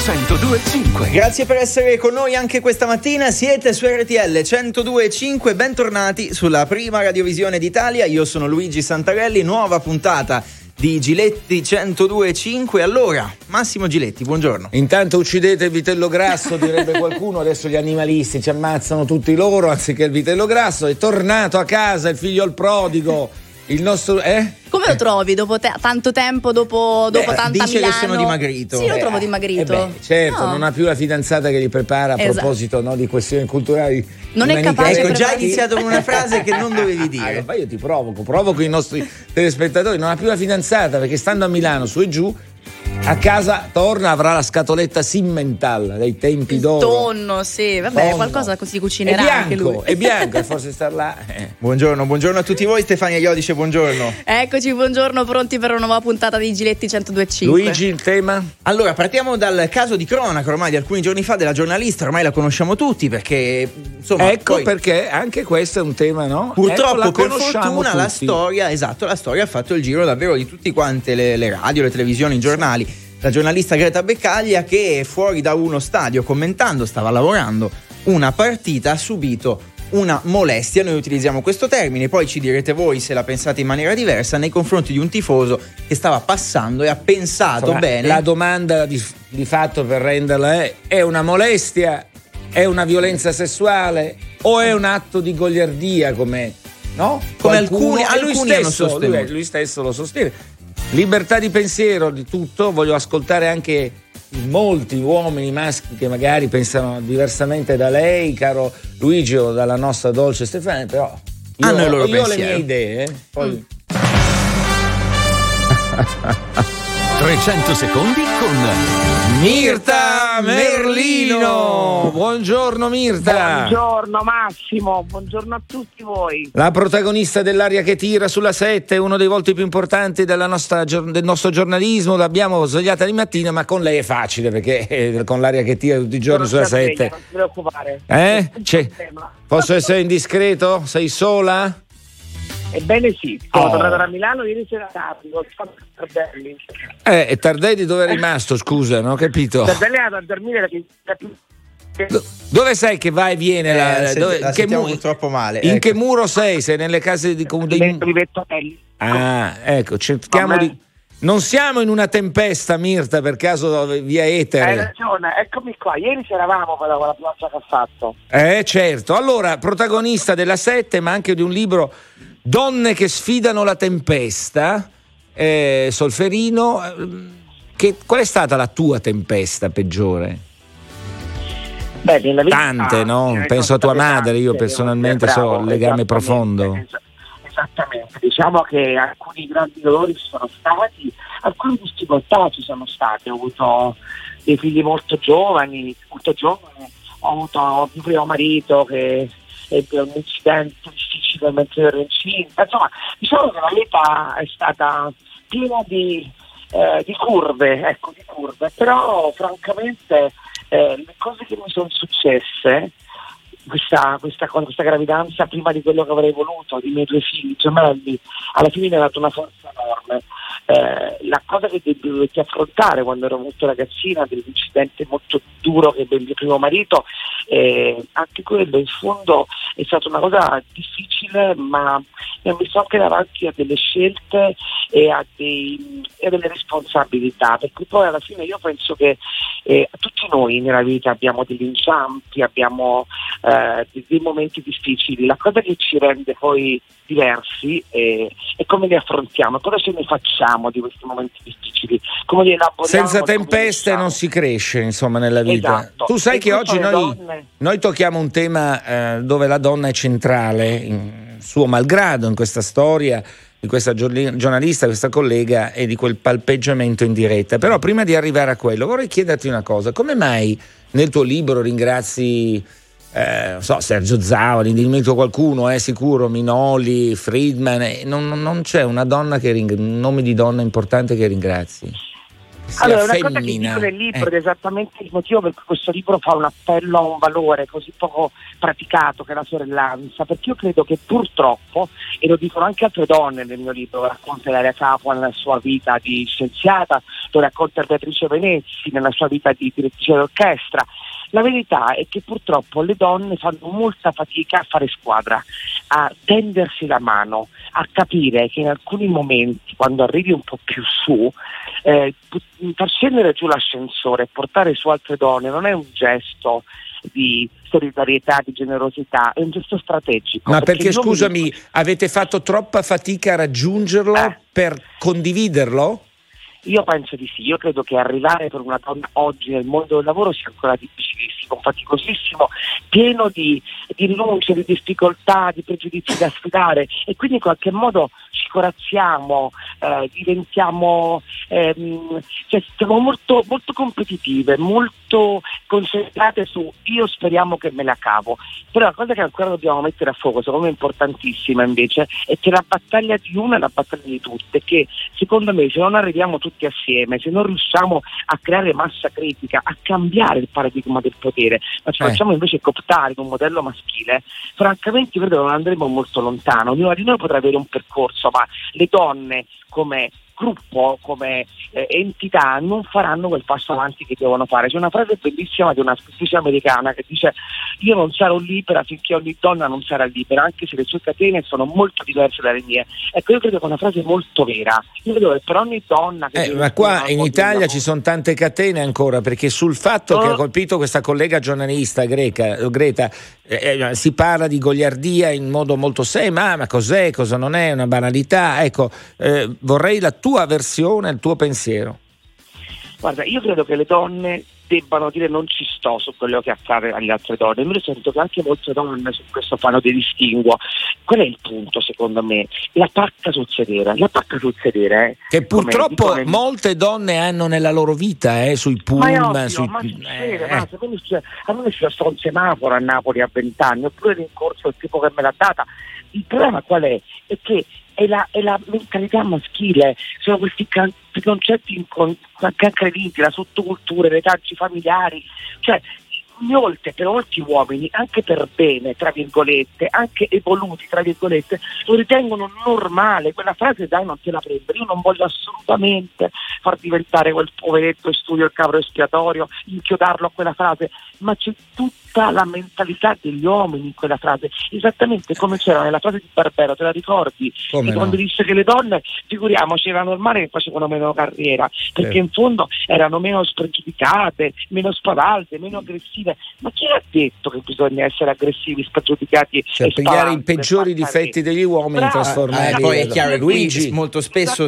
102.5. Grazie per essere con noi anche questa mattina. Siete su RTL 102.5. Bentornati sulla prima radiovisione d'Italia. Io sono Luigi Santarelli. Nuova puntata di Giletti 102.5. Allora, Massimo Giletti, buongiorno. Intanto uccidete il vitello grasso, direbbe qualcuno. Adesso gli animalisti ci ammazzano tutti loro anziché il vitello grasso. È tornato a casa il figlio al prodigo. Il nostro Come lo trovi dopo tanto tempo, dopo tanta dice Milano? che sono dimagrito. Sì, lo trovo dimagrito. Certo, No. non ha più la fidanzata che gli prepara a proposito, no, di questioni culturali. Non è capace. Ecco, già hai iniziato con una frase che non dovevi dire. Ma io ti provoco i nostri telespettatori. Non ha più la fidanzata perché stando a Milano su e giù, a casa torna, avrà la scatoletta Simmental dei tempi d'oro. Tonno, sì, vabbè, Tonno. qualcosa così cucinerà anche lui. È bianco, e forse star là. Buongiorno a tutti voi. Stefania Iodice, buongiorno. Eccoci, buongiorno, pronti per una nuova puntata di Giletti 102.5. Luigi, il tema? Allora, partiamo dal caso di cronaca ormai di alcuni giorni fa della giornalista, ormai la conosciamo tutti perché insomma. Ecco poi, perché anche questo è un tema, no? purtroppo, ecco, per fortuna, la storia ha fatto il giro davvero di tutti quante le radio, le televisioni, i giornali. La giornalista Greta Beccaglia, che fuori da uno stadio commentando, stava lavorando una partita, ha subito una molestia, noi utilizziamo questo termine, poi ci direte voi se la pensate in maniera diversa, nei confronti di un tifoso che stava passando e ha pensato Insomma, bene. La domanda di fatto per renderla è una molestia, è una violenza sessuale o è un atto di goliardia come alcuni hanno sostenuto. Lui stesso lo sostiene. Libertà di pensiero, di tutto. Voglio ascoltare anche molti uomini maschi che magari pensano diversamente da lei, caro Luigi, o dalla nostra dolce Stefania, però hanno il loro io ho le pensiero. mie idee. Poi 300 secondi con Mirta Merlino. Buongiorno Mirta. Buongiorno Massimo, buongiorno a tutti voi. La protagonista dell'Aria che tira sulla 7, uno dei volti più importanti del nostro giornalismo. L'abbiamo svegliata di mattina, ma con lei è facile perché con l'Aria che tira tutti i giorni sulla 7. Non ti preoccupare. Posso essere indiscreto? Sei sola? Ebbene sì, sono tornato da Milano ieri sera tardi, ho fatto Tardelli. E Tardelli dove è rimasto, scusa, non ho capito. Tardelli è andato a dormire perché Dove sei che va e viene? La sentiamo purtroppo male. In ecco. che muro sei? Sei nelle case di Rivettotelli. Ah, ecco, cerchiamo di. Non siamo in una tempesta, Mirta, per caso via etere? Hai ragione, eccomi qua, ieri c'eravamo con la piazza che ha fatto. Certo. Allora, protagonista della 7, ma anche di un libro, Donne che sfidano la tempesta, Solferino. Qual è stata la tua tempesta peggiore? Beh, nella vita, Tante, no? Penso a tua madre, io personalmente so un legame profondo. Esattamente, diciamo che alcuni grandi dolori ci sono stati, alcune difficoltà ci sono state. Ho avuto dei figli molto giovani, ho avuto mio primo marito che ebbe un incidente difficile mentre ero incinta. Insomma, diciamo che la vita è stata piena di curve, però francamente le cose che mi sono successe, questa gravidanza prima di quello che avrei voluto, di miei 2 figli gemelli, alla fine mi ha dato una forza enorme. La cosa che dovetti affrontare quando ero molto ragazzina, dell'incidente molto duro che ebbe il mio primo marito, anche quello in fondo è stata una cosa difficile, ma mi ha messo anche davanti a delle scelte e a delle responsabilità, per cui poi alla fine io penso che tutti noi nella vita abbiamo degli inciampi, abbiamo dei momenti difficili. La cosa che ci rende poi diversi è come li affrontiamo, cosa ce ne facciamo di questi momenti difficili, come li elaboriamo. Senza tempeste non si cresce, insomma, nella vita. Esatto. Tu sai che oggi donne... noi tocchiamo un tema dove la donna è centrale, suo malgrado, in questa storia di questa giornalista, questa collega, e di quel palpeggiamento in diretta. Però prima di arrivare a quello vorrei chiederti una cosa: come mai nel tuo libro ringrazi Sergio Zavoli, dimentico qualcuno, sicuro, Minoli, Friedman, non c'è una donna un nome di donna importante che ringrazi? Allora, una cosa che dico nel libro ed è esattamente il motivo per cui questo libro fa un appello a un valore così poco praticato, che è la sorellanza, perché io credo che purtroppo, e lo dicono anche altre donne nel mio libro, racconta Ilaria Capua nella sua vita di scienziata, lo racconta Beatrice Venezzi nella sua vita di direttrice d'orchestra. La verità è che purtroppo le donne fanno molta fatica a fare squadra, a tendersi la mano, a capire che in alcuni momenti, quando arrivi un po' più su, far scendere giù l'ascensore e portare su altre donne non è un gesto di solidarietà, di generosità, è un gesto strategico. Ma perché scusami, avete fatto troppa fatica a raggiungerlo per condividerlo? Io penso di sì, io credo che arrivare per una donna oggi nel mondo del lavoro sia ancora difficilissimo, faticosissimo, pieno di rinunce, di difficoltà, di pregiudizi da sfidare, e quindi in qualche modo ci corazziamo, diventiamo, siamo molto, molto competitive, molto concentrate su io speriamo che me la cavo. Però la cosa che ancora dobbiamo mettere a fuoco, secondo me importantissima invece, è che la battaglia di una è la battaglia di tutte, che secondo me se non arriviamo tutti assieme, se non riusciamo a creare massa critica, a cambiare il paradigma del potere, ma ci facciamo invece cooptare in un modello maschile, francamente credo che non andremo molto lontano. Ognuna di noi potrà avere un percorso, ma le donne come gruppo, come entità non faranno quel passo avanti che devono fare. C'è una frase bellissima di una scrittrice americana che dice: io non sarò libera finché ogni donna non sarà libera, anche se le sue catene sono molto diverse dalle mie. Ecco, io credo che è una frase molto vera. Io credo che per ogni donna che ma qua in Italia ci sono tante catene ancora, perché sul fatto che ha colpito questa collega giornalista Greta si parla di goliardia in modo molto serio, ma cos'è, cosa non è, una banalità. Ecco, vorrei la tua versione, il tuo pensiero. Guarda, io credo che le donne debbano dire non ci sto su quello che accade alle altre donne. Io sento che anche molte donne su questo fanno dei distinguo. Qual è il punto secondo me? La pacca sul sedere. Che purtroppo molte donne hanno nella loro vita, sui pullman. Ma secondo me a me si sta un semaforo a Napoli a 20 anni, oppure rincorso il tipo che me l'ha data. Il problema qual è? È che è la mentalità maschile, sono questi concetti incredibili, la sottocultura, i retaggi familiari, cioè per molti uomini, anche per bene, tra virgolette, anche evoluti, tra virgolette, lo ritengono normale. Quella frase dai non te la prendere, io non voglio assolutamente far diventare quel poveretto in studio il capro espiatorio, inchiodarlo a quella frase, ma c'è tutta la mentalità degli uomini in quella frase, esattamente come c'era nella frase di Barbero, te la ricordi? Quando disse che le donne, figuriamoci, era normale che facevano meno carriera, perché in fondo erano meno spregiudicate, meno spavalde, meno aggressive. Ma chi ha detto che bisogna essere aggressivi, spregiudicati, cioè pigliare i peggiori difetti degli uomini e trasformarli? Poi è chiaro che Luigi, molto spesso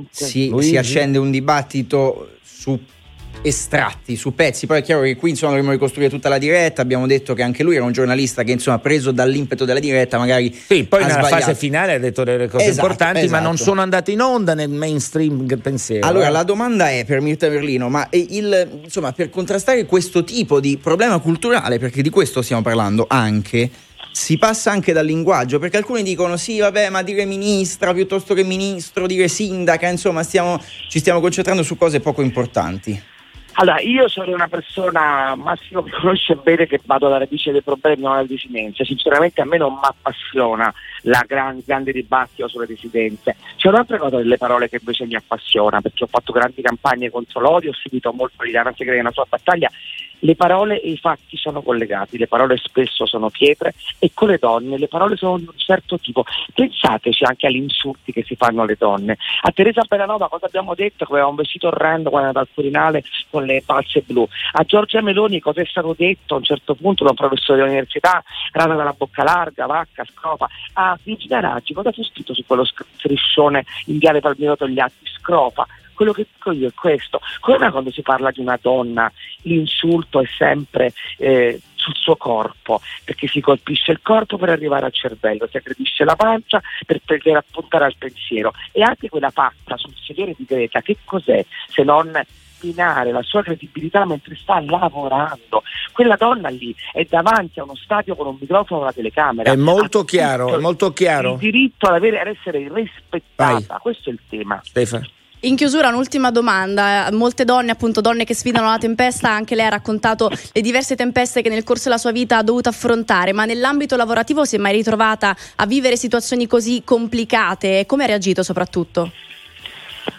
si accende un dibattito su estratti, su pezzi. Poi è chiaro che qui insomma dovremmo ricostruire tutta la diretta. Abbiamo detto che anche lui era un giornalista che insomma preso dall'impeto della diretta magari poi nella fase finale ha detto delle cose importanti, ma non sono andate in onda nel mainstream pensiero. Allora la domanda è per Mirta Merlino, ma insomma per contrastare questo tipo di problema culturale, perché di questo stiamo parlando anche, si passa anche dal linguaggio, perché alcuni dicono sì vabbè, ma dire ministra piuttosto che ministro, dire sindaca, insomma ci stiamo concentrando su cose poco importanti. Allora, io sono una persona, Massimo mi conosce bene, che vado alla radice dei problemi, non alle residenze. Sinceramente a me non mi appassiona la grande dibattito sulle residenze. C'è un'altra cosa delle parole che invece mi appassiona, perché ho fatto grandi campagne contro l'odio, ho seguito molto Liliana Segre nella sua battaglia. Le parole e i fatti sono collegati, le parole spesso sono pietre, e con le donne le parole sono di un certo tipo. Pensateci anche agli insulti che si fanno alle donne. A Teresa Bellanova cosa abbiamo detto? Che aveva un vestito orrendo quando era al Quirinale con le palze blu. A Giorgia Meloni cosa è stato detto a un certo punto da un professore dell'università, rana dalla bocca larga, vacca, scrofa. A Virginia Raggi cosa fu scritto su quello striscione in Viale Palmiro Togliatti? Scrofa. Quello che dico io è questo. Come quando si parla di una donna l'insulto è sempre sul suo corpo, perché si colpisce il corpo per arrivare al cervello, si aggredisce la pancia per appuntare al pensiero. E anche quella fatta sul sedere di Greta, che cos'è se non minare la sua credibilità mentre sta lavorando? Quella donna lì è davanti a uno stadio con un microfono e una telecamera. È molto chiaro, è molto chiaro. Il diritto ad essere rispettata. Questo è il tema. Stefano. In chiusura un'ultima domanda. Molte donne, appunto donne che sfidano la tempesta, anche lei ha raccontato le diverse tempeste che nel corso della sua vita ha dovuto affrontare, ma nell'ambito lavorativo si è mai ritrovata a vivere situazioni così complicate? Come ha reagito soprattutto?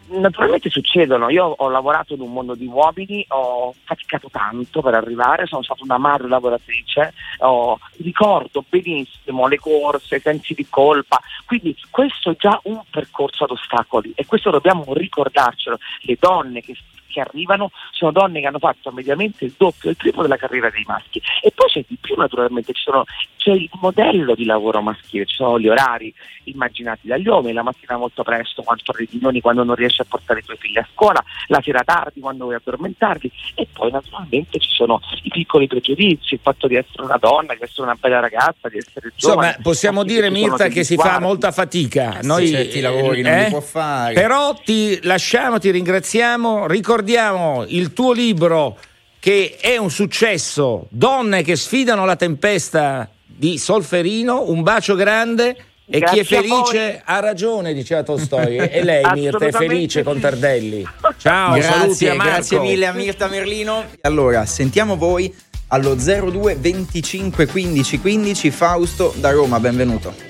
naturalmente succedono. Io ho lavorato in un mondo di uomini, ho faticato tanto per arrivare, sono stata una madre lavoratrice, ricordo benissimo le corse, i sensi di colpa, quindi questo è già un percorso ad ostacoli e questo dobbiamo ricordarcelo. Le donne che arrivano sono donne che hanno fatto mediamente il doppio, il triplo della carriera dei maschi, e poi c'è di più, naturalmente c'è il modello di lavoro maschile, ci sono gli orari immaginati dagli uomini, la mattina molto presto, 4 riunioni quando non riesci a portare i tuoi figli a scuola, la sera tardi quando vuoi addormentarli, e poi naturalmente ci sono i piccoli pregiudizi, il fatto di essere una donna, di essere una bella ragazza, di essere giovane. Insomma, possiamo dire, Mirta, che si fa molta fatica. Noi certi lavori non li può fare. Però ti lasciamo, ti ringraziamo, ricordiamo il tuo libro che è un successo, Donne che sfidano la tempesta, di Solferino. Un bacio grande. E Grazie, chi è felice ha ragione, diceva Tolstoi. E lei, Mirta, è felice con Tardelli. Ciao, saluti a Marco. Grazie mille a Mirta Merlino. Allora, sentiamo voi allo 02 25 15 15. Fausto da Roma, benvenuto.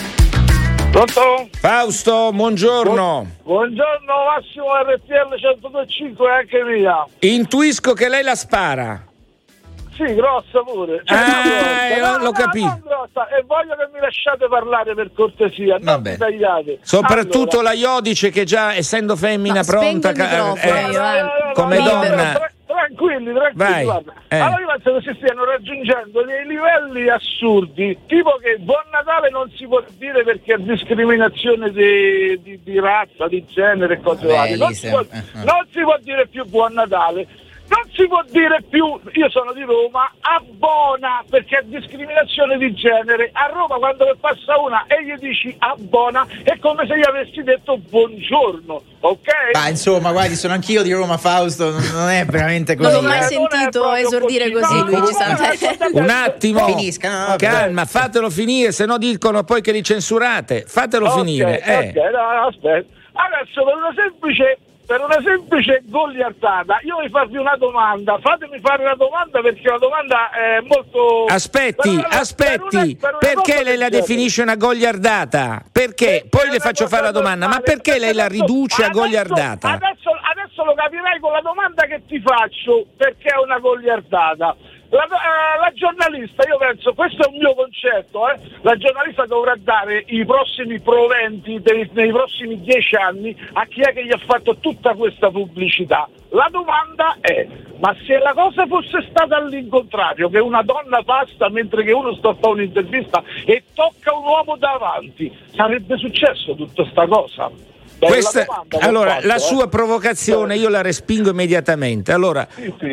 Pronto? Fausto, buongiorno. Buongiorno, Massimo, RTL 102.5 è anche mia. Intuisco che lei la spara. Sì, grossa pure. L'ho capito. Non grossa. E voglio che mi lasciate parlare, per cortesia, non mi tagliate. Soprattutto la Iodice, che già essendo femmina pronta come donna. Tranquilli. Guarda. Allora io penso che si stiano raggiungendo dei livelli assurdi, tipo che Buon Natale non si può dire perché è discriminazione di razza, di genere e cose varie. Non si può dire più Buon Natale. Non si può dire più, io sono di Roma, abbona, perché è discriminazione di genere. A Roma quando ne passa una e gli dici abbona è come se gli avessi detto buongiorno, ok? Ma insomma, guardi, sono anch'io di Roma, Fausto, non è veramente così. Non l'ho mai sentito esordire così, Luigi Santelli. Un attimo, finisca, no, calma, fatelo finire, se no dicono poi che li censurate. Fatelo finire. No, aspetta. Adesso per una semplice goliardata, io voglio farvi una domanda, fatemi fare una domanda perché la domanda è molto... Aspetti, perché lei la definisce una goliardata? Perché? Poi le faccio fare la domanda, ma perché lei la riduce a goliardata? Adesso lo capirai con la domanda che ti faccio, perché è una goliardata. La giornalista, io penso, questo è un mio concetto, la giornalista dovrà dare i prossimi proventi nei prossimi 10 anni a chi è che gli ha fatto tutta questa pubblicità. La domanda è, ma se la cosa fosse stata all'incontrario, che una donna passa mentre che uno sta a fare un'intervista e tocca un uomo davanti, sarebbe successo tutta sta cosa? Questa, allora, la sua provocazione io la respingo immediatamente. Allora,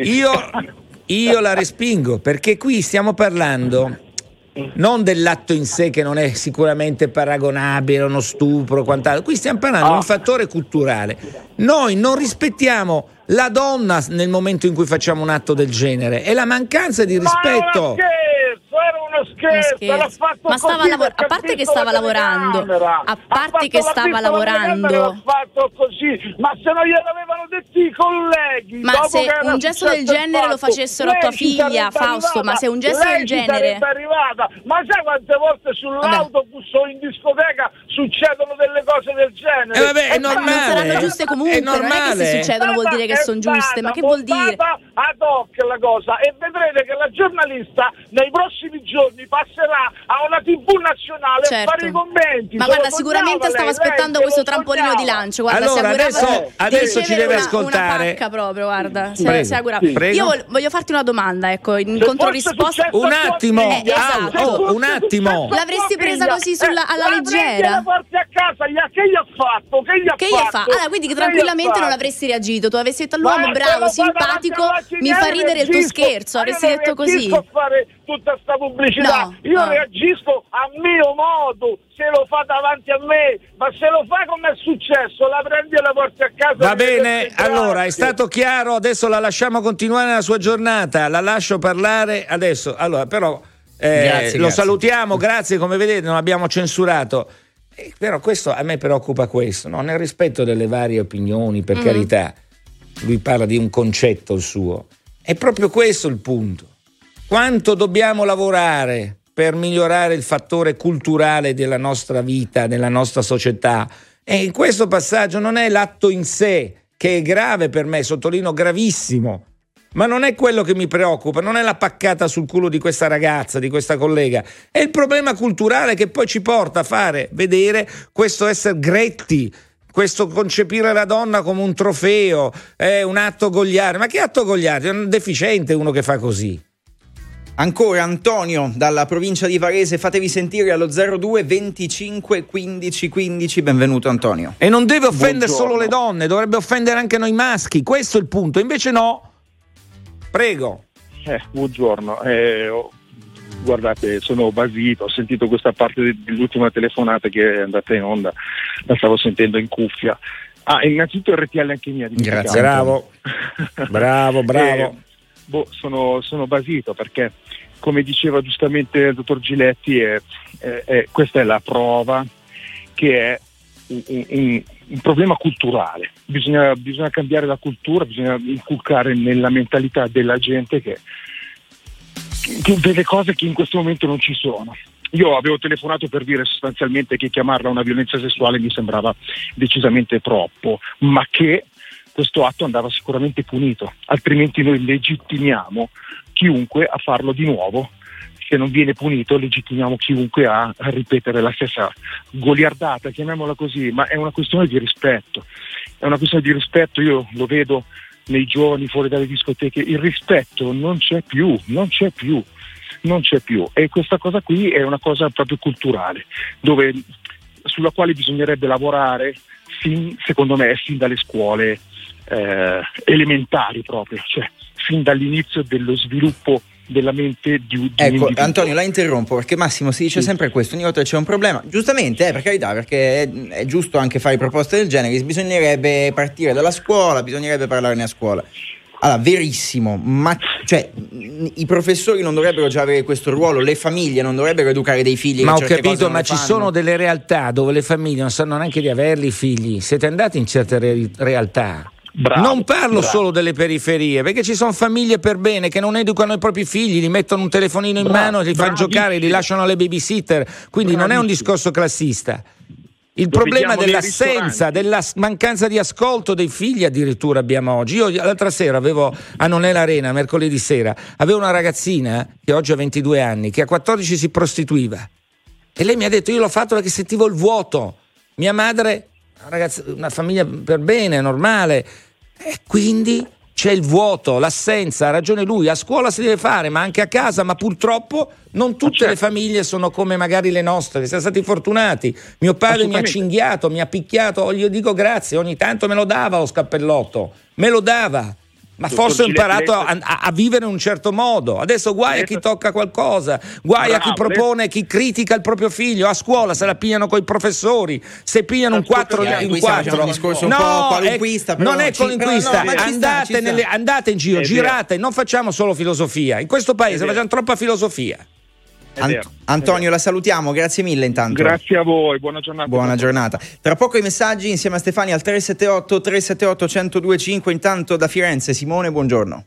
io la respingo perché qui stiamo parlando non dell'atto in sé, che non è sicuramente paragonabile a uno stupro o quant'altro. Qui stiamo parlando di un fattore culturale. Noi non rispettiamo la donna nel momento in cui facciamo un atto del genere, è la mancanza di rispetto. Era uno scherzo. L'ha fatto, ma stava a parte che stava lavorando, l'ha fatto così, ma se non gliel'avevano detto i colleghi, ma se un gesto del genere lo facessero a tua figlia, Fausto, ma se un gesto del genere arrivata, ma sai quante volte sull'autobus o in discoteca succedono delle cose del genere? Vabbè, è normale. Non saranno giuste comunque, non è che se succedono vuol dire che sono giuste, ma che vuol dire? Ad hoc la cosa, e vedrete che la giornalista nei prossimi giorni passerà a una TV nazionale a fare i commenti. Ma guarda, sicuramente stava aspettando questo trampolino di lancio. Guarda, allora adesso ci deve ascoltare. Una pacca proprio, guarda. Prego. Io voglio farti una domanda, ecco, in controrisposta. Un attimo, un attimo. L'avresti presa così alla leggera? La porti a casa, che gli ha fatto? Allora, quindi tranquillamente non avresti reagito. Tu avresti detto all'uomo bravo, simpatico, mi fa ridere il tuo scherzo, avresti detto così. Non fare tutta sta pubblicità, io reagisco a mio modo, se lo fa davanti a me, ma se lo fa come è successo, la prendi e la porti a casa. Va bene, allora è stato chiaro, adesso la lasciamo continuare nella sua giornata, la lascio parlare adesso. Allora, però grazie. Salutiamo, grazie, come vedete non abbiamo censurato. Però questo a me preoccupa questo, no? Nel rispetto delle varie opinioni, per carità. Lui parla di un concetto il suo. È proprio questo il punto. Quanto dobbiamo lavorare per migliorare il fattore culturale della nostra vita, della nostra società, E in questo passaggio non è l'atto in sé che è grave per me, sottolineo gravissimo, ma non è quello che mi preoccupa, non è la paccata sul culo di questa ragazza, di questa collega, è il problema culturale che poi ci porta a fare vedere questo essere gretti, questo concepire la donna come un trofeo, è un atto gogliare. Ma che atto gogliare? È un deficiente uno che fa così. Ancora Antonio dalla provincia di Varese, fatevi sentire allo 02 25 15 15. Benvenuto Antonio. E non deve offendere Buongiorno. solo le donne, dovrebbe offendere anche noi maschi, questo è il punto, invece no. Prego. Buongiorno, guardate, sono basito, ho sentito questa parte dell'ultima telefonata che è andata in onda, la stavo sentendo in cuffia. Innanzitutto RTL anche mia. Grazie. Bravo. Sono basito perché, come diceva giustamente il dottor Giletti, questa è la prova che è un problema culturale. Bisogna cambiare la cultura, bisogna inculcare nella mentalità della gente che delle cose che in questo momento non ci sono. Io avevo telefonato per dire sostanzialmente che chiamarla una violenza sessuale mi sembrava decisamente troppo, ma che questo atto andava sicuramente punito, altrimenti noi legittimiamo chiunque a farlo di nuovo. Se non viene punito, legittimiamo chiunque a ripetere la stessa goliardata, chiamiamola così, ma è una questione di rispetto. Io lo vedo nei giovani fuori dalle discoteche, il rispetto non c'è più. E questa cosa qui è una cosa proprio culturale, sulla quale bisognerebbe lavorare secondo me, fin dalle scuole elementari proprio, cioè fin dall'inizio dello sviluppo della mente di ecco, Antonio, la interrompo perché Massimo si dice sempre questo, ogni volta c'è un problema, giustamente, per carità, perché è giusto anche fare proposte del genere, bisognerebbe partire dalla scuola, bisognerebbe parlarne a scuola. Allora, verissimo, ma cioè i professori non dovrebbero già avere questo ruolo, le famiglie non dovrebbero educare dei figli ma che ho certe cose capito, non ma le ci fanno. sono delle realtà dove le famiglie non sanno neanche di averli i figli. Siete andati in certe realtà. Non parlo solo delle periferie, perché ci sono famiglie per bene che non educano i propri figli, gli mettono un telefonino in mano, li fanno giocare, li lasciano alle babysitter, quindi non è un discorso classista. Il problema dell'assenza, della mancanza di ascolto dei figli addirittura abbiamo oggi. Io l'altra sera avevo a Nonella Arena, mercoledì sera, avevo una ragazzina che oggi ha 22 anni, che a 14 si prostituiva. E lei mi ha detto, io l'ho fatto perché sentivo il vuoto. Mia madre, una famiglia per bene, normale, e quindi c'è il vuoto, l'assenza, ha ragione lui, a scuola si deve fare, ma anche a casa, ma purtroppo non tutte le famiglie sono come magari le nostre, che siamo stati fortunati. Mio padre mi ha cinghiato, mi ha picchiato, io dico grazie, ogni tanto me lo dava lo scappellotto, me lo dava. Ma forse ho imparato a vivere in un certo modo. Adesso guai a chi tocca qualcosa, guai a chi propone, chi critica il proprio figlio. A scuola se la pigliano coi professori, se pigliano un 4 in 4. Un discorso un po' qualunquista, però non è qualunquista. No, andate in giro, girate, non facciamo solo filosofia. In questo paese facciamo troppa filosofia. Antonio, la salutiamo, grazie mille intanto. Grazie a voi, buona giornata. Buona giornata. Tra poco i messaggi insieme a Stefania al 378 1025. Intanto da Firenze Simone, buongiorno.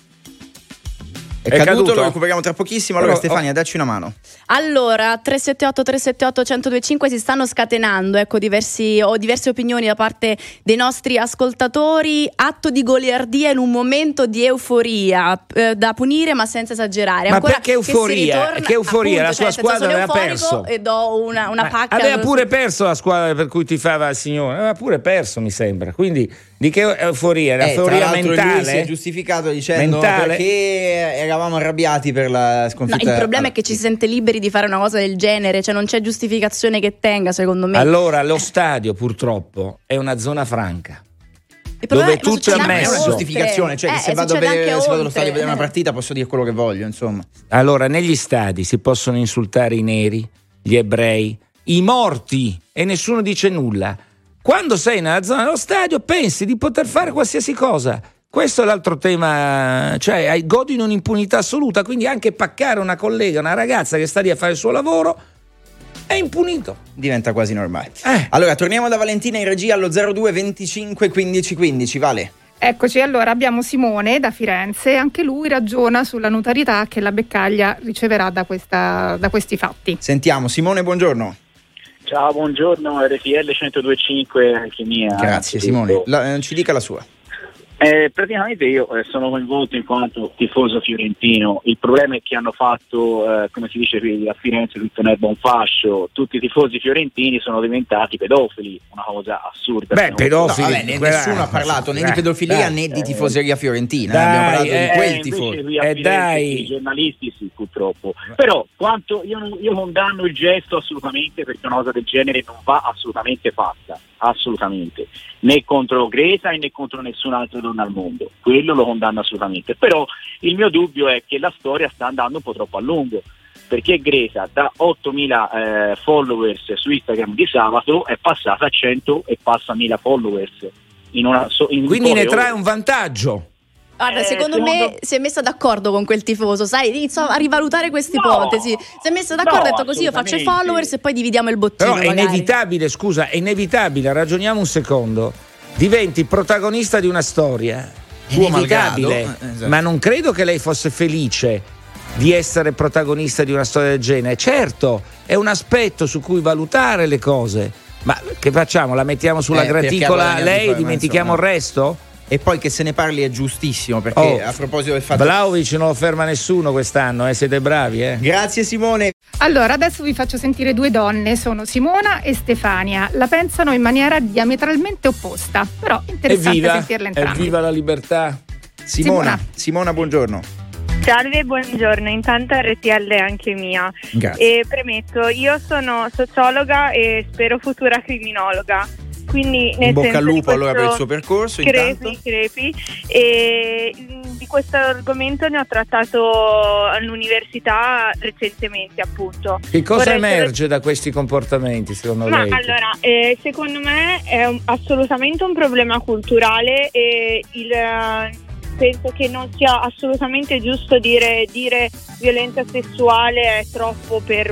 È caduto, lo recuperiamo tra pochissimo. Allora Stefania, dacci una mano. Allora, 378 1025 si stanno scatenando, ecco, diverse opinioni da parte dei nostri ascoltatori. Atto di goliardia in un momento di euforia, da punire ma senza esagerare. Ma ancora perché euforia? Che euforia? Appunto, la sua squadra aveva perso. E do una pacca. Aveva pure perso la squadra per cui tifava il signore, aveva pure perso, mi sembra. Quindi di che euforia? L'euforia mentale? Lui si è giustificato dicendo perché eravamo arrabbiati per la sconfitta. No, il problema è che ci si sente liberi di fare una cosa del genere, cioè non c'è giustificazione che tenga, secondo me. Allora, lo stadio purtroppo è una zona franca. Dove tutto è ammesso. È una giustificazione, cioè se vado allo stadio a vedere una partita posso dire quello che voglio, insomma. Allora, negli stadi si possono insultare i neri, gli ebrei, i morti e nessuno dice nulla. Quando sei nella zona dello stadio pensi di poter fare qualsiasi cosa. Questo è l'altro tema, cioè godi in un'impunità assoluta, quindi anche paccare una collega, una ragazza che sta lì a fare il suo lavoro è impunito. Diventa quasi normale. Allora, torniamo da Valentina in regia allo 02 25 15 15, Vale. Eccoci, allora abbiamo Simone da Firenze, anche lui ragiona sulla notorietà che la Beccaglia riceverà da questi fatti. Sentiamo, Simone, buongiorno. Ciao, buongiorno, RTL 102.5 anche mia. Grazie Simone, ci dica la sua. Praticamente io sono coinvolto in quanto tifoso fiorentino. Il problema è che hanno fatto, come si dice qui a Firenze, tutto un'erba un fascio. Tutti i tifosi fiorentini sono diventati pedofili, una cosa assurda. Beh, pedofili. Nessuno ha parlato né di pedofilia né di tifoseria fiorentina. Dai, abbiamo parlato di quel tifoso. Qui a Firenze, i giornalisti sì, purtroppo. Però quanto io condanno il gesto assolutamente, perché una cosa del genere non va assolutamente fatta. Assolutamente, né contro Greta né contro nessun'altra donna al mondo, quello lo condanno assolutamente. Però il mio dubbio è che la storia sta andando un po' troppo a lungo, perché Greta da 8.000 followers su Instagram di sabato è passata a 100 e passa 1.000 followers quindi ne trae un vantaggio. Guarda, secondo me si è messa d'accordo con quel tifoso, sai, inizia a rivalutare questa ipotesi. Si è messa d'accordo, ha detto così io faccio i followers e poi dividiamo il bottino. Però è inevitabile, scusa, è inevitabile, ragioniamo un secondo, diventi protagonista di una storia, inevitabile, esatto. Ma non credo che lei fosse felice di essere protagonista di una storia del genere. Certo, è un aspetto su cui valutare le cose, ma che facciamo? La mettiamo sulla graticola lei e dimentichiamo il resto? E poi che se ne parli è giustissimo, perché a proposito del fatto Vlahovic non lo ferma nessuno quest'anno, siete bravi, Grazie Simone. Allora, adesso vi faccio sentire due donne, sono Simona e Stefania. La pensano in maniera diametralmente opposta, però interessante sentirle entrambe. Evviva la libertà. Simona, buongiorno. Salve, buongiorno, intanto RTL anche mia. Grazie. E premetto, io sono sociologa e spero futura criminologa. Quindi nel bocca al senso lupo allora per il suo percorso. Crepi. E di questo argomento ne ho trattato all'università recentemente, appunto. Che cosa emerge da questi comportamenti secondo lei? Allora, secondo me è assolutamente un problema culturale e penso che non sia assolutamente giusto dire violenza sessuale è troppo per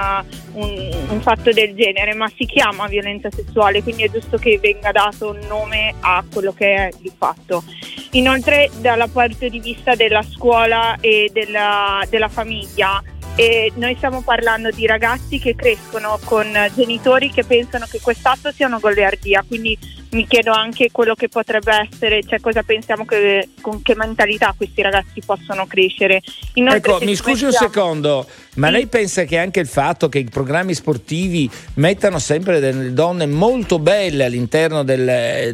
un fatto del genere, ma si chiama violenza sessuale, quindi è giusto che venga dato un nome a quello che è il fatto. Inoltre, dalla parte di vista della scuola e della famiglia, e noi stiamo parlando di ragazzi che crescono con genitori che pensano che quest'atto sia una goliardia, quindi mi chiedo anche quello che potrebbe essere, cioè cosa pensiamo con che mentalità questi ragazzi possono crescere. Inoltre, mi scusi un secondo, ma lei pensa che anche il fatto che i programmi sportivi mettano sempre delle donne molto belle all'interno delle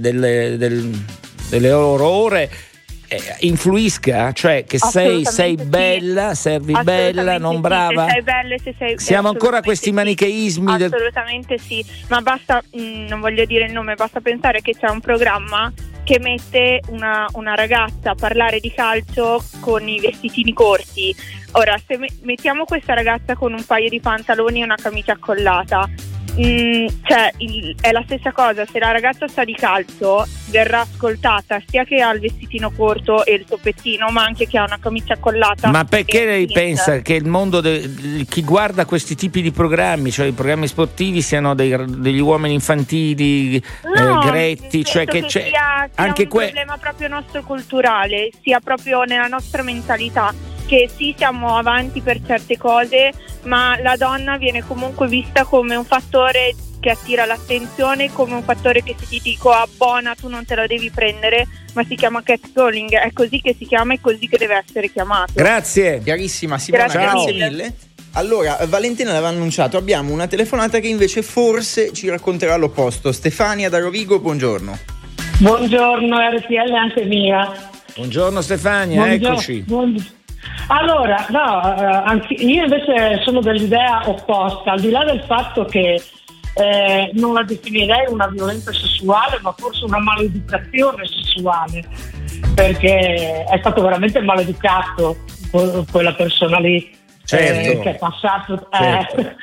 loro ore influisca, cioè che sei bella, servi bella, non brava? Se sei bella, se sei, siamo ancora a questi manicheismi assolutamente sì, ma basta, non voglio dire il nome, basta pensare che c'è un programma che mette una ragazza a parlare di calcio con i vestitini corti. Ora, se mettiamo questa ragazza con un paio di pantaloni e una camicia accollata, è la stessa cosa. Se la ragazza sa di calcio verrà ascoltata sia che ha il vestitino corto e il toppettino, ma anche che ha una camicia accollata. Ma perché lei pensa che il mondo chi guarda questi tipi di programmi, cioè i programmi sportivi, siano degli uomini infantili, gretti, cioè che c'è anche un problema proprio nostro culturale, sia proprio nella nostra mentalità, che sì, siamo avanti per certe cose, ma la donna viene comunque vista come un fattore che attira l'attenzione, come un fattore che se ti dico buona tu non te la devi prendere, ma si chiama catcalling, è così che si chiama e così che deve essere chiamato. Grazie. Chiarissima Simona, grazie mille. Allora, Valentina l'aveva annunciato, abbiamo una telefonata che invece forse ci racconterà l'opposto. Stefania da Rovigo, buongiorno. Buongiorno, RTL anche mia. Buongiorno Stefania, eccoci. Allora, io invece sono dell'idea opposta, al di là del fatto che non la definirei una violenza sessuale, ma forse una maleducazione sessuale, perché è stato veramente maleducato quella persona lì, certo, che è passato. Certo.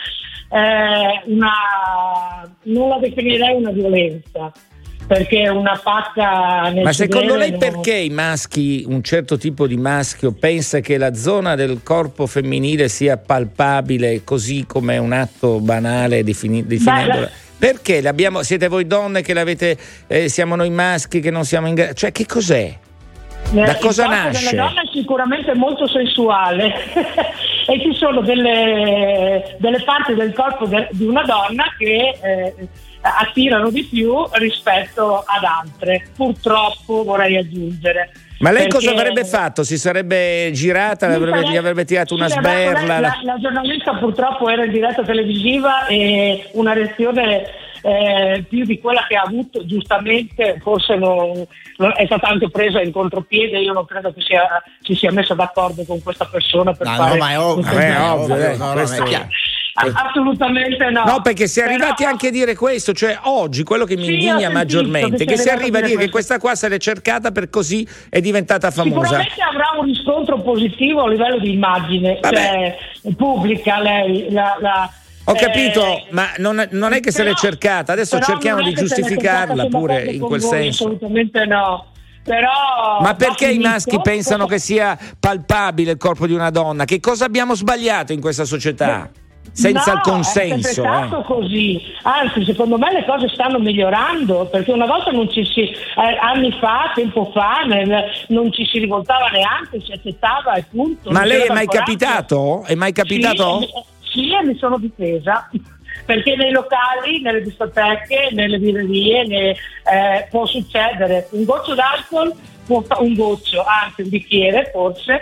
Non la definirei una violenza, perché è una pacca nel. Ma secondo lei perché i maschi, un certo tipo di maschio, pensa che la zona del corpo femminile sia palpabile così come un atto banale definendola? Perché siete voi donne che l'avete, siamo noi maschi che non siamo in grado, cioè che cos'è? Da cosa nasce? La donna è sicuramente molto sensuale e ci sono delle parti del corpo di una donna che attirano di più rispetto ad altre, purtroppo, vorrei aggiungere. Ma lei cosa avrebbe fatto? Si sarebbe girata, gli avrebbe tirato una sberla? La giornalista purtroppo era in diretta televisiva e una reazione più di quella che ha avuto, giustamente, forse non è stata anche presa in contropiede. Io non credo che si sia messa d'accordo con questa persona per fare. No, ma è ovvio, questo è chiaro. Assolutamente no. No, perché si è arrivati anche a dire questo, cioè oggi quello che mi indigna maggiormente, che si arriva a dire che questa qua se l'è cercata per così è diventata famosa. Sicuramente avrà un riscontro positivo a livello di immagine, cioè pubblica lei Ho capito, ma non è che se l'è cercata, adesso cerchiamo di giustificarla pure in quel senso. Assolutamente no. Però, ma perché i maschi pensano che sia palpabile il corpo di una donna? Che cosa abbiamo sbagliato in questa società? Senza il consenso. È sempre stato così. Anzi, secondo me le cose stanno migliorando, perché una volta anni fa, tempo fa, non ci si rivoltava neanche, si accettava e punto. Ma lei è mai capitato? È mai capitato? Sì, e mi sono difesa. Perché nei locali, nelle discoteche, nelle birrerie può succedere un goccio d'alcol, un bicchiere forse,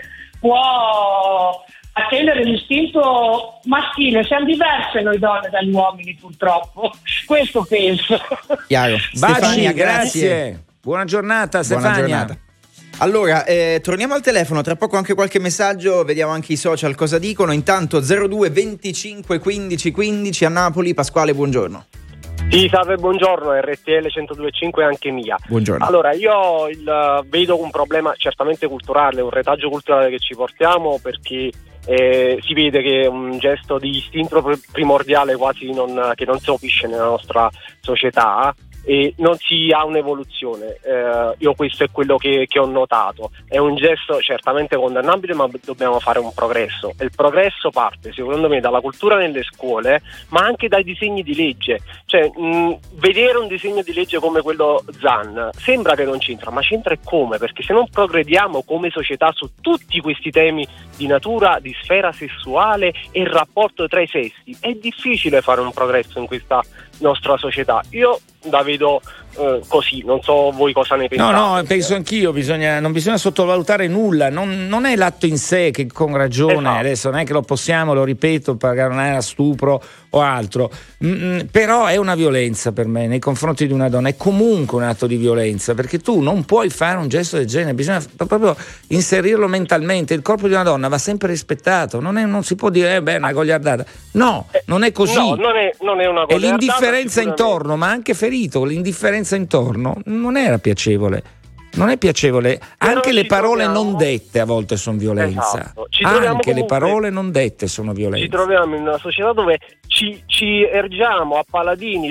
può accendere l'istinto maschile. Siamo diverse noi donne dagli uomini, purtroppo. Questo penso. Chiaro. Stefania, grazie. Buona giornata, Stefania. Buona giornata. Allora, torniamo al telefono, tra poco anche qualche messaggio, vediamo anche i social cosa dicono. Intanto 02 25 15 15 a Napoli. Pasquale, buongiorno. Sì, salve, buongiorno, RTL 102.5 anche mia. Buongiorno. Allora, io vedo un problema certamente culturale, un retaggio culturale che ci portiamo, perché si vede che è un gesto di istinto primordiale quasi che non si capisce nella nostra società, e non si ha un'evoluzione. Io questo è quello che ho notato. È un gesto certamente condannabile, ma dobbiamo fare un progresso, e il progresso parte secondo me dalla cultura nelle scuole, ma anche dai disegni di legge. Cioè vedere un disegno di legge come quello Zan sembra che non c'entra, ma c'entra e come, perché se non progrediamo come società su tutti questi temi di natura, di sfera sessuale e il rapporto tra i sessi, è difficile fare un progresso in questa nostra società. Io la vedo così, non so voi cosa ne pensate. No, penso anch'io, non bisogna sottovalutare nulla, non è l'atto in sé che con ragione, esatto. Adesso non è che lo possiamo, lo ripeto, paragonare a stupro o altro, però è una violenza per me nei confronti di una donna, è comunque un atto di violenza, perché tu non puoi fare un gesto del genere, bisogna proprio inserirlo mentalmente. Il corpo di una donna va sempre rispettato, non si può dire è una goliardata, no, non è così. No, non è una goliardata. E l'indifferenza intorno, ma anche ferito, l'indifferenza intorno non era piacevole. Non è piacevole, anche le parole non dette a volte sono violenza. Esatto. Anche le parole non dette sono violenza. Ci troviamo in una società dove ci ergiamo a paladini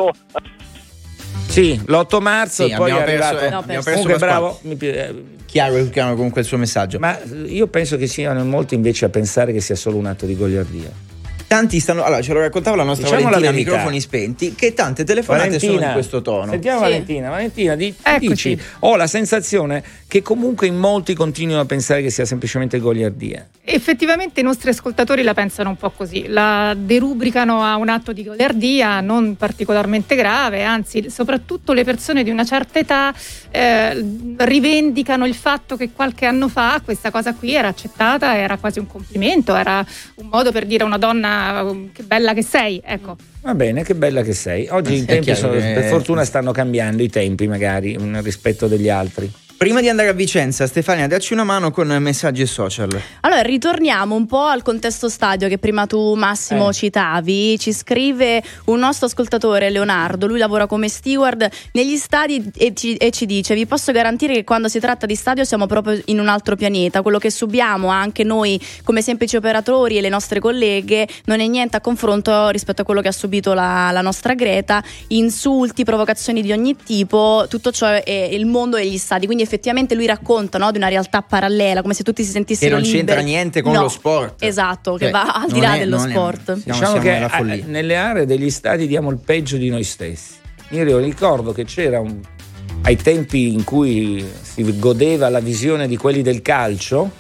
l'8 marzo, sì, poi è abbiamo arrivato. perso Comunque bravo. Chiaro comunque il suo messaggio. Ma io penso che siano molti invece a pensare che sia solo un atto di goliardia. Tanti allora ce lo raccontava la nostra Valentina a microfoni spenti, che tante telefonate sono di questo tono. Sentiamo Valentina, dici, ho la sensazione che comunque in molti continuino a pensare che sia semplicemente goliardia. Effettivamente i nostri ascoltatori la pensano un po' così, la derubricano a un atto di goliardia non particolarmente grave, anzi soprattutto le persone di una certa età rivendicano il fatto che qualche anno fa questa cosa qui era accettata, era quasi un complimento, era un modo per dire a una donna che bella che sei, ecco. Va bene, che bella che sei. Oggi i tempi per fortuna stanno cambiando, i tempi magari rispetto degli altri. Prima di andare a Vicenza, Stefania, dacci una mano con messaggi e social. Allora, ritorniamo un po' al contesto stadio che prima tu, Massimo, citavi. Ci scrive un nostro ascoltatore, Leonardo, lui lavora come steward negli stadi e ci dice: vi posso garantire che quando si tratta di stadio siamo proprio in un altro pianeta. Quello che subiamo anche noi come semplici operatori e le nostre colleghe non è niente a confronto rispetto a quello che ha subito la nostra Greta. Insulti, provocazioni di ogni tipo, tutto ciò è il mondo degli stadi. Quindi effettivamente lui racconta, no, di una realtà parallela, come se tutti si sentissero liberi. Che non c'entra niente con lo sport. Esatto, che va al di là dello sport. Diciamo che nelle aree degli stadi diamo il peggio di noi stessi. Io ricordo che c'era ai tempi in cui si godeva la visione di quelli del calcio,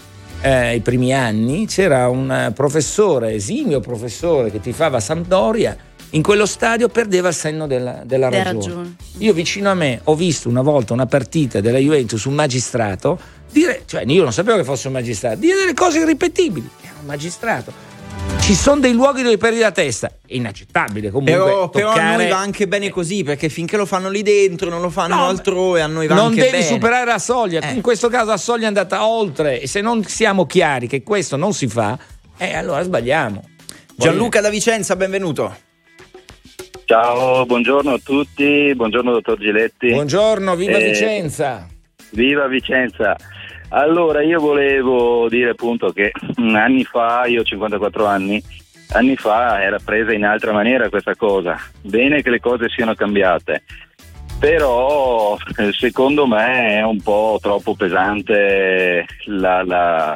i primi anni, c'era un professore, esimio professore, che tifava Sampdoria. In quello stadio perdeva il senno della ragione. Io vicino a me ho visto una volta una partita della Juventus, un magistrato dire, cioè io non sapevo che fosse un magistrato, dire delle cose irripetibili. Era un magistrato. Ci sono dei luoghi dove perdi la testa, è inaccettabile comunque. Però a noi va anche bene così, perché finché lo fanno lì dentro, non lo fanno altrove, a noi va non anche devi bene. superare la soglia. In questo caso la soglia è andata oltre, e se non siamo chiari che questo non si fa, allora sbagliamo. Gianluca da Vicenza, benvenuto. Ciao, buongiorno a tutti, buongiorno dottor Giletti. Buongiorno, viva Vicenza. Viva Vicenza. Allora, io volevo dire appunto che anni fa, io ho 54 anni fa era presa in altra maniera questa cosa. Bene che le cose siano cambiate, però secondo me è un po' troppo pesante la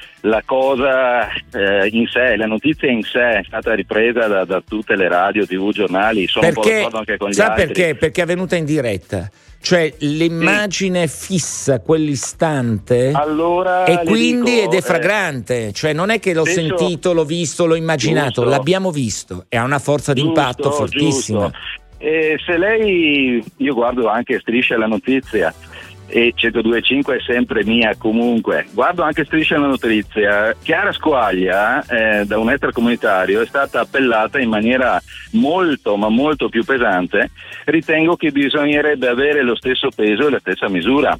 cosa in sé, la notizia in sé è stata ripresa da tutte le radio, TV, giornali, sono un po' d'accordo anche con gli altri. Perché? Perché è avvenuta in diretta. Cioè l'immagine fissa quell'istante, e quindi ed è fragrante, cioè non è che l'ho sentito, l'ho visto, l'ho immaginato, l'abbiamo visto, e ha una forza d'impatto fortissima. E se lei, io guardo anche Striscia la Notizia, e 102.5 è sempre mia comunque, guardo anche Striscia la Notizia, Chiara Squaglia da un extracomunitario è stata appellata in maniera molto ma molto più pesante. Ritengo che bisognerebbe avere lo stesso peso e la stessa misura.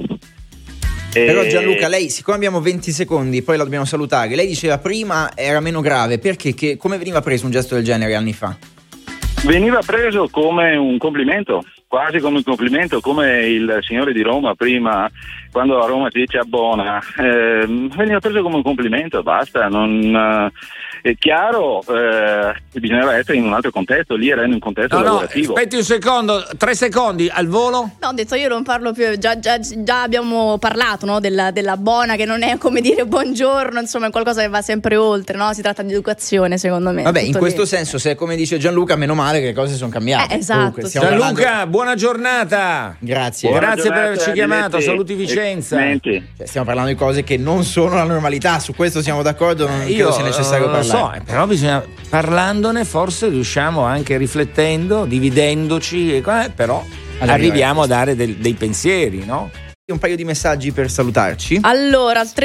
Però Gianluca, lei, siccome abbiamo 20 secondi, poi la dobbiamo salutare, lei diceva prima era meno grave, perché come veniva preso un gesto del genere anni fa? Veniva preso come un complimento, quasi come un complimento, come il signore di Roma prima, quando a Roma si dice abbona, veniva preso come un complimento, basta, non è chiaro, bisognava essere in un altro contesto, lì era in un contesto lavorativo. Aspetti un secondo, 3 secondi al volo. No, ho detto io non parlo più, già abbiamo parlato, no, della buona, che non è come dire buongiorno, insomma è qualcosa che va sempre oltre, no? Si tratta di educazione, secondo me. Vabbè, in questo senso, se come dice Gianluca, meno male che le cose sono cambiate. Esatto. Gianluca, buona giornata. Grazie. Grazie per averci chiamato, saluti Vicenza. Stiamo parlando di cose che non sono la normalità, su questo siamo d'accordo, non credo sia necessario parlare. Però bisogna, parlandone forse riusciamo anche, riflettendo, dividendoci, però arriviamo a dare dei pensieri, no? Un paio di messaggi per salutarci. Allora, al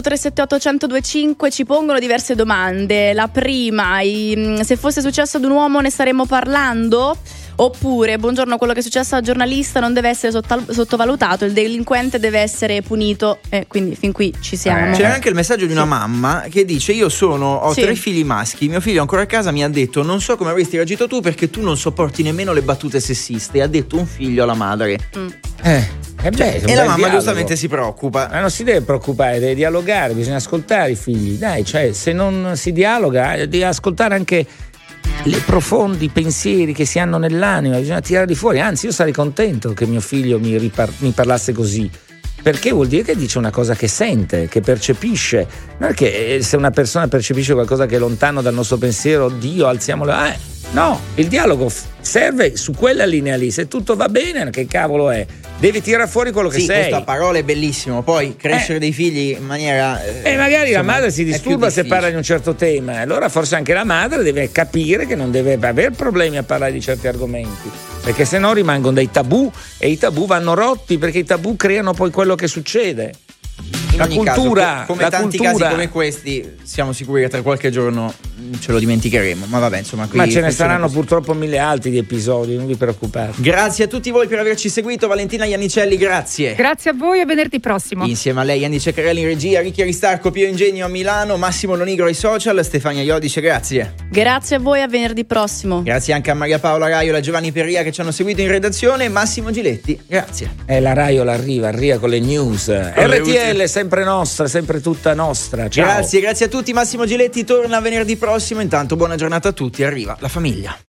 378-378-1025 ci pongono diverse domande. La prima, se fosse successo ad un uomo ne staremmo parlando? Oppure, buongiorno, quello che è successo al giornalista non deve essere sottovalutato, il delinquente deve essere punito, quindi fin qui ci siamo. C'è anche il messaggio di una mamma che dice: io ho 3 figli maschi, mio figlio ancora a casa mi ha detto non so come avresti reagito tu perché tu non sopporti nemmeno le battute sessiste, ha detto un figlio alla madre. E la mamma giustamente si preoccupa. Ma non si deve preoccupare, deve dialogare, bisogna ascoltare i figli, dai, cioè se non si dialoga devi ascoltare anche le profondi pensieri che si hanno nell'anima, bisogna tirarli fuori. Anzi, io sarei contento che mio figlio mi parlasse così, perché vuol dire che dice una cosa che sente, che percepisce. Non è che se una persona percepisce qualcosa che è lontano dal nostro pensiero, Dio, alziamolo. No, il dialogo serve su quella linea lì. Se tutto va bene, che cavolo è? Devi tirare fuori quello che sei. Questo a parole è bellissimo, poi crescere dei figli in maniera magari la madre si disturba se parla di un certo tema, allora forse anche la madre deve capire che non deve avere problemi a parlare di certi argomenti, perché sennò rimangono dei tabù, e i tabù vanno rotti, perché i tabù creano poi quello che succede. In ogni caso, come tanti casi come questi, siamo sicuri che tra qualche giorno ce lo dimenticheremo. Ma vabbè, insomma, ma ce ne saranno purtroppo 1000 altri di episodi, non vi preoccupate. Grazie a tutti voi per averci seguito. Valentina Iannicelli, grazie. Grazie a voi, a venerdì prossimo. Insieme a lei Andy Ceccarelli in regia, Ricchi Aristarco, Pio Ingegno a Milano, Massimo Lonigro ai social, Stefania Iodice, grazie. Grazie a voi, a venerdì prossimo. Grazie anche a Maria Paola Raiola e Giovanni Perria che ci hanno seguito in redazione. Massimo Giletti, grazie. La Raiola arriva con le news. RTL sempre nostra, sempre tutta nostra. Ciao. Grazie a tutti. Massimo Giletti torna venerdì prossimo. Intanto buona giornata a tutti, arriva la famiglia.